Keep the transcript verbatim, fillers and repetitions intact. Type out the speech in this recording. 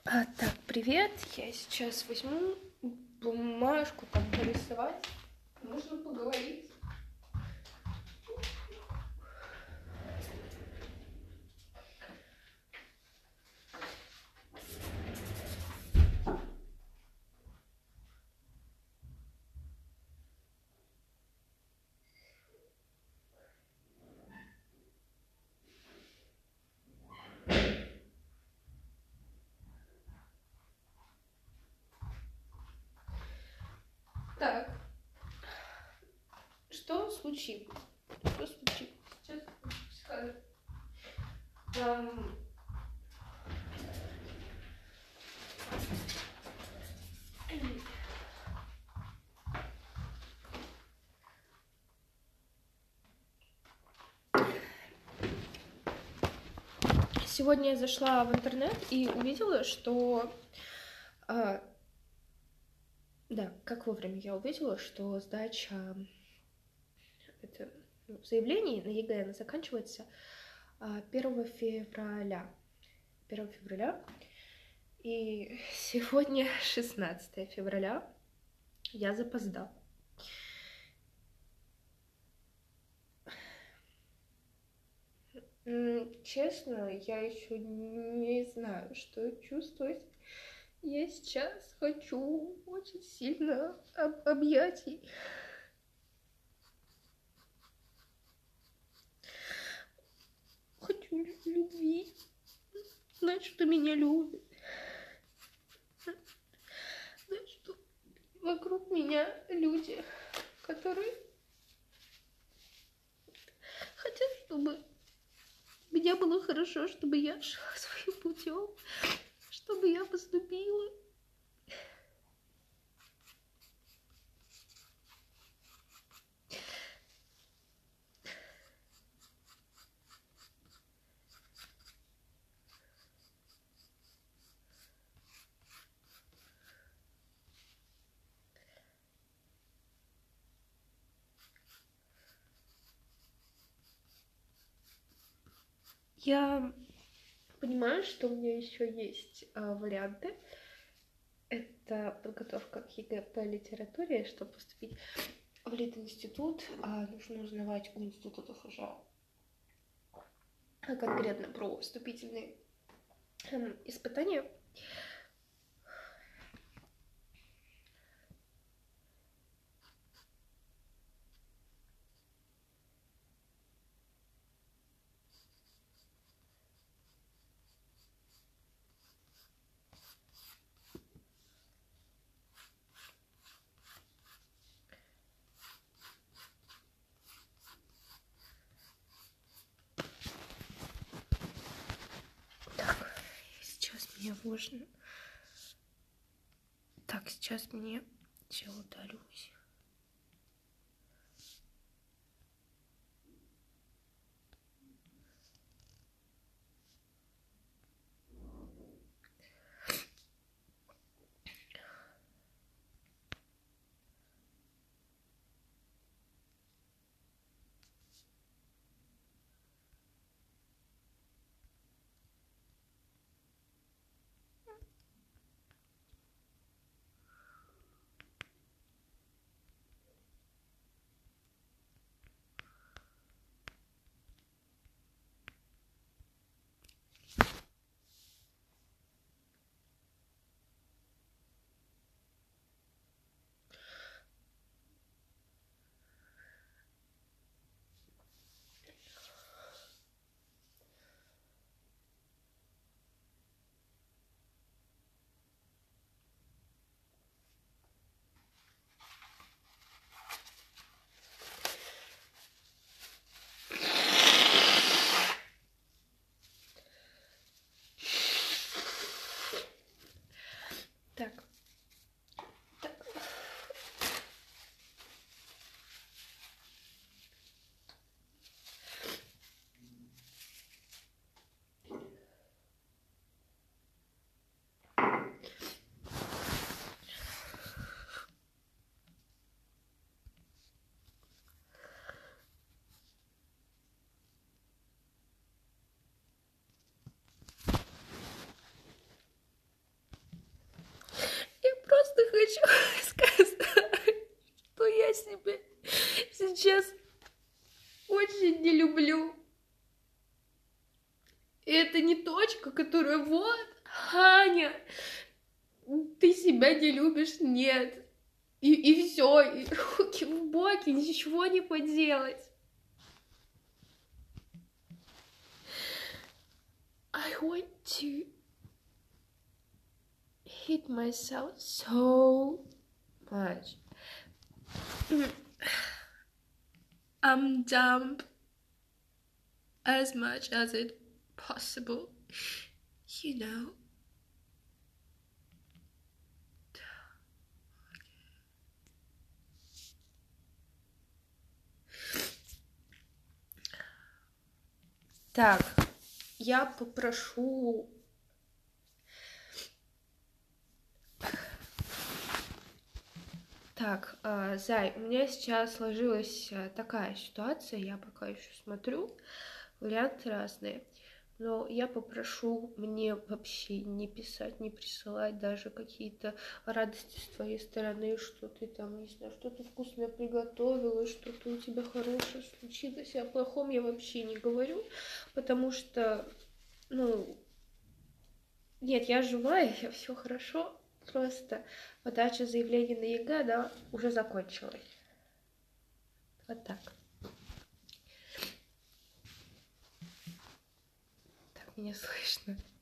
А, так, привет. Я сейчас возьму бумажку там порисовать. Нужно поговорить. Так, что случилось? Что случилось? Сейчас скажу. Эм, Сегодня я зашла в интернет и увидела, что... а, да, как вовремя я увидела, что сдача это, ну, заявлений на ЕГЭ она заканчивается а, первого февраля. первого февраля. И сегодня шестнадцатое февраля. Я запоздала. Честно, я еще не знаю, что чувствовать. Я сейчас хочу очень сильно об объятий. Хочу любви. Знать, что меня любят. Знать, что вокруг меня люди, которые хотят, чтобы у меня было хорошо, чтобы я шла своим путем, чтобы я поступила. Я понимаю, что у меня еще есть а, варианты. Это подготовка к ЕГЭ по литературе, чтобы поступить в Литинститут, а нужно узнавать у институтов уже конкретно про вступительные эм, испытания. Так, сейчас мне можно... Так, сейчас мне все удалюсь. вот, Аня, ты себя не любишь, нет. И, и все, и руки в боки, ничего не поделать. I want to hit myself so much. I'm dumb as much as it possible, you know. Так, я попрошу Так, э, Зай, у меня сейчас сложилась э, такая ситуация, я пока еще смотрю, варианты разные, но я попрошу мне вообще не писать, не присылать даже какие-то радости с твоей стороны, что ты там, не знаю, что-то вкусное приготовила, что-то у тебя хорошее случилось, о плохом я вообще не говорю, потому что, ну, нет, я живая, я все хорошо. Просто подача заявления на ЕГЭ, да, уже закончилась. Вот так. Так меня слышно.